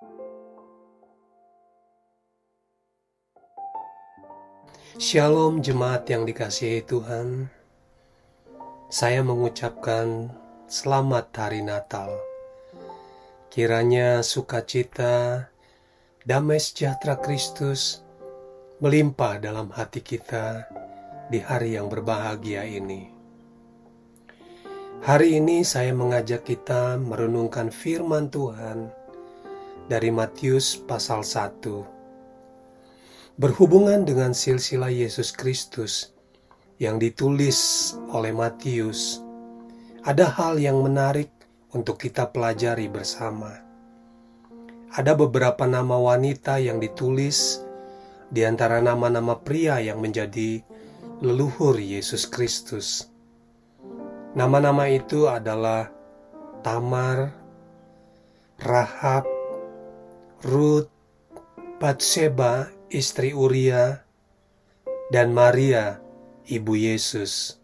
Shalom jemaat yang dikasihi Tuhan. Saya mengucapkan selamat hari Natal. Kiranya sukacita, damai sejahtera Kristus melimpah dalam hati kita di hari yang berbahagia ini. Hari ini saya mengajak kita merenungkan firman Tuhan dari Matius pasal 1. Berhubungan dengan silsilah Yesus Kristus yang ditulis oleh Matius, ada hal yang menarik untuk kita pelajari bersama. Ada beberapa nama wanita yang ditulis di antara nama-nama pria yang menjadi leluhur Yesus Kristus. Nama-nama itu adalah Tamar, Rahab, Rut, Batseba, istri Uria, dan Maria, ibu Yesus.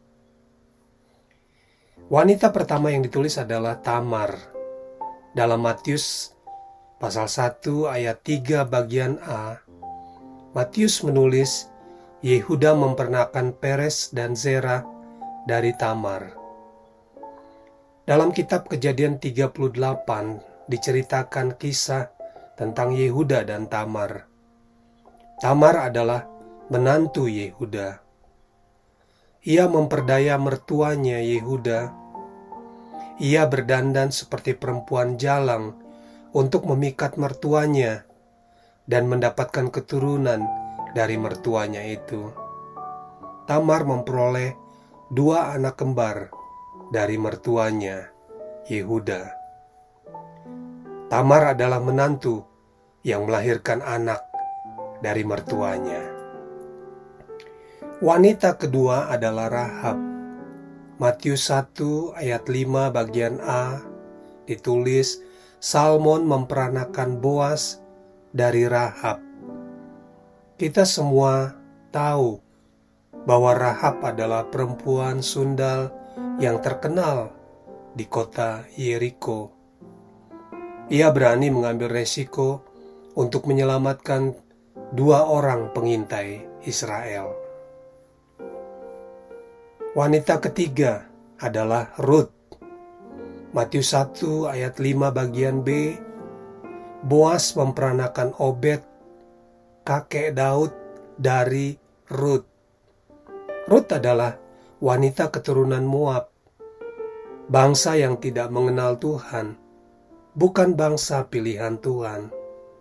Wanita pertama yang ditulis adalah Tamar. Dalam Matius pasal 1 ayat 3 bagian A, Matius menulis, Yehuda memperanakan Peres dan Zerah dari Tamar. Dalam kitab Kejadian 38 diceritakan kisah tentang Yehuda dan Tamar. Tamar adalah menantu Yehuda. Ia memperdaya mertuanya Yehuda. Ia berdandan seperti perempuan jalang untuk memikat mertuanya dan mendapatkan keturunan dari mertuanya itu. Tamar memperoleh 2 anak kembar dari mertuanya Yehuda. Tamar adalah menantu yang melahirkan anak dari mertuanya. Wanita kedua adalah Rahab. Matius 1 ayat 5 bagian A ditulis, Salmon memperanakan Boas dari Rahab. Kita semua tahu bahwa Rahab adalah perempuan sundal yang terkenal di kota Yeriko. Ia berani mengambil resiko untuk menyelamatkan 2 orang pengintai Israel. Wanita ketiga adalah Rut. Matius 1 ayat 5 bagian B, Boas memperanakan Obed, kakek Daud dari Rut. Rut adalah wanita keturunan Moab, bangsa yang tidak mengenal Tuhan, bukan bangsa pilihan Tuhan.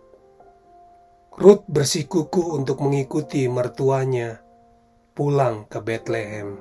Rut bersikukuh untuk mengikuti mertuanya pulang ke Betlehem.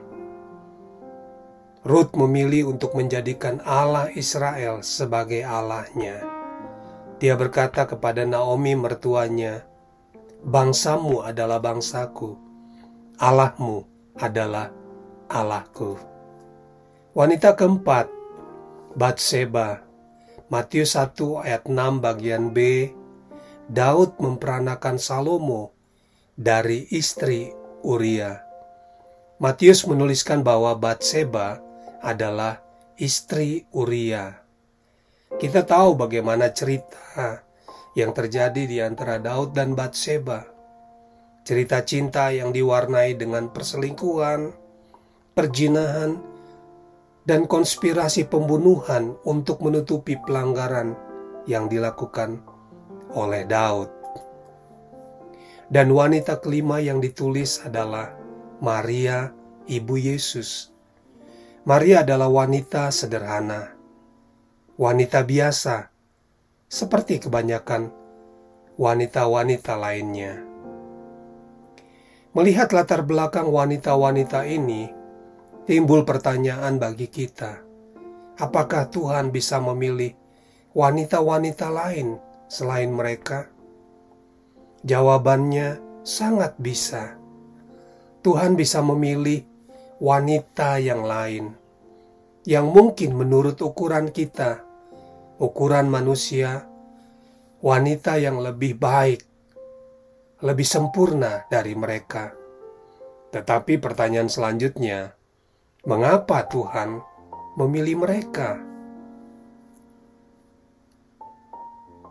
Rut memilih untuk menjadikan Allah Israel sebagai Allahnya. Dia berkata kepada Naomi mertuanya, "Bangsamu adalah bangsaku, Allahmu adalah Allahku." Wanita keempat, Batseba. Matius 1 ayat 6 bagian B, Daud memperanakan Salomo dari istri Uria. Matius menuliskan bahwa Batseba adalah istri Uria. Kita tahu bagaimana cerita yang terjadi di antara Daud dan Batseba. Cerita cinta yang diwarnai dengan perselingkuhan, perzinahan, dan konspirasi pembunuhan untuk menutupi pelanggaran yang dilakukan oleh Daud. Dan wanita kelima yang ditulis adalah Maria, ibu Yesus. Maria adalah wanita sederhana, wanita biasa, seperti kebanyakan wanita-wanita lainnya. Melihat latar belakang wanita-wanita ini, timbul pertanyaan bagi kita, apakah Tuhan bisa memilih wanita-wanita lain selain mereka? Jawabannya sangat bisa. Tuhan bisa memilih wanita yang lain, yang mungkin menurut ukuran kita, ukuran manusia, wanita yang lebih baik, lebih sempurna dari mereka. Tetapi pertanyaan selanjutnya, mengapa Tuhan memilih mereka?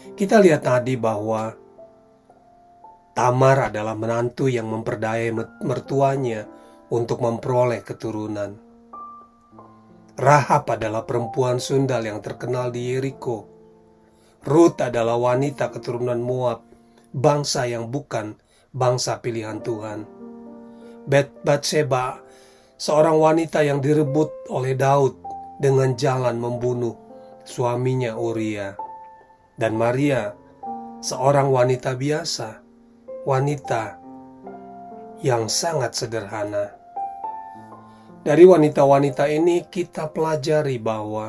Kita lihat tadi bahwa Tamar adalah menantu yang memperdayai mertuanya untuk memperoleh keturunan. Rahab adalah perempuan sundal yang terkenal di Yeriko. Ruth adalah wanita keturunan Moab, bangsa yang bukan bangsa pilihan Tuhan. Batseba, seorang wanita yang direbut oleh Daud dengan jalan membunuh suaminya Uria. Dan Maria, seorang wanita biasa, wanita yang sangat sederhana. Dari wanita-wanita ini kita pelajari bahwa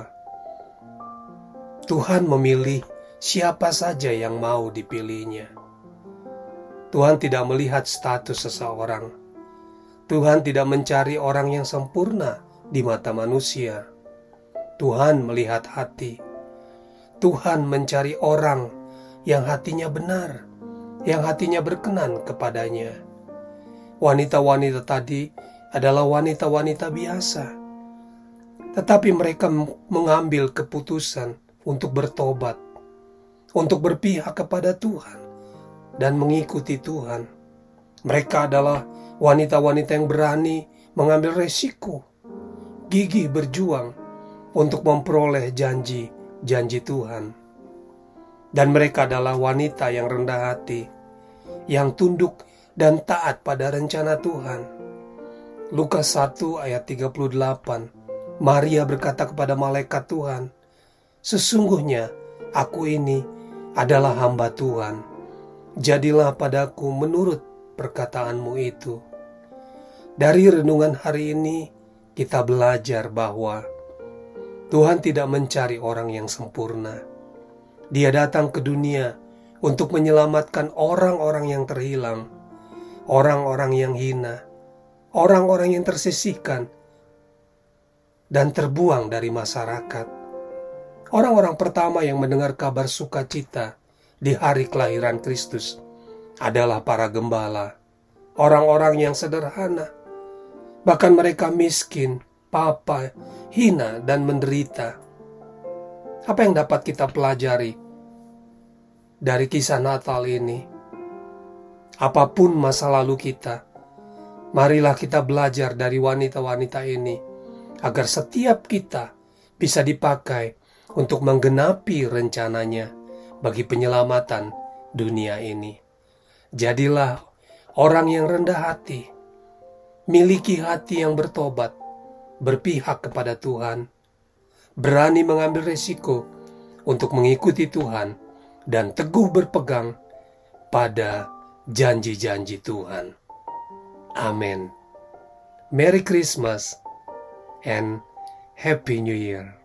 Tuhan memilih siapa saja yang mau dipilihnya. Tuhan tidak melihat status seseorang. Tuhan tidak mencari orang yang sempurna di mata manusia. Tuhan melihat hati. Tuhan mencari orang yang hatinya benar, yang hatinya berkenan kepadanya. Wanita-wanita tadi adalah wanita-wanita biasa, tetapi mereka mengambil keputusan untuk bertobat, untuk berpihak kepada Tuhan, dan mengikuti Tuhan. Mereka adalah wanita-wanita yang berani mengambil resiko, gigih berjuang untuk memperoleh janji Tuhan. Dan mereka adalah wanita yang rendah hati, yang tunduk dan taat pada rencana Tuhan. Lukas 1 ayat 38, Maria berkata kepada malaikat Tuhan, "Sesungguhnya aku ini adalah hamba Tuhan. Jadilah padaku menurut perkataanmu itu." Dari renungan hari ini kita belajar bahwa Tuhan tidak mencari orang yang sempurna. Dia datang ke dunia untuk menyelamatkan orang-orang yang terhilang, orang-orang yang hina, orang-orang yang tersisihkan dan terbuang dari masyarakat. Orang-orang pertama yang mendengar kabar sukacita di hari kelahiran Kristus adalah para gembala, orang-orang yang sederhana, bahkan mereka miskin, papa, hina, dan menderita. Apa yang dapat kita pelajari dari kisah Natal ini? Apapun masa lalu kita, marilah kita belajar dari wanita-wanita ini, agar setiap kita bisa dipakai untuk menggenapi rencananya bagi penyelamatan dunia ini. Jadilah orang yang rendah hati, miliki hati yang bertobat, berpihak kepada Tuhan, berani mengambil resiko untuk mengikuti Tuhan, dan teguh berpegang pada janji-janji Tuhan. Amin. Merry Christmas and Happy New Year.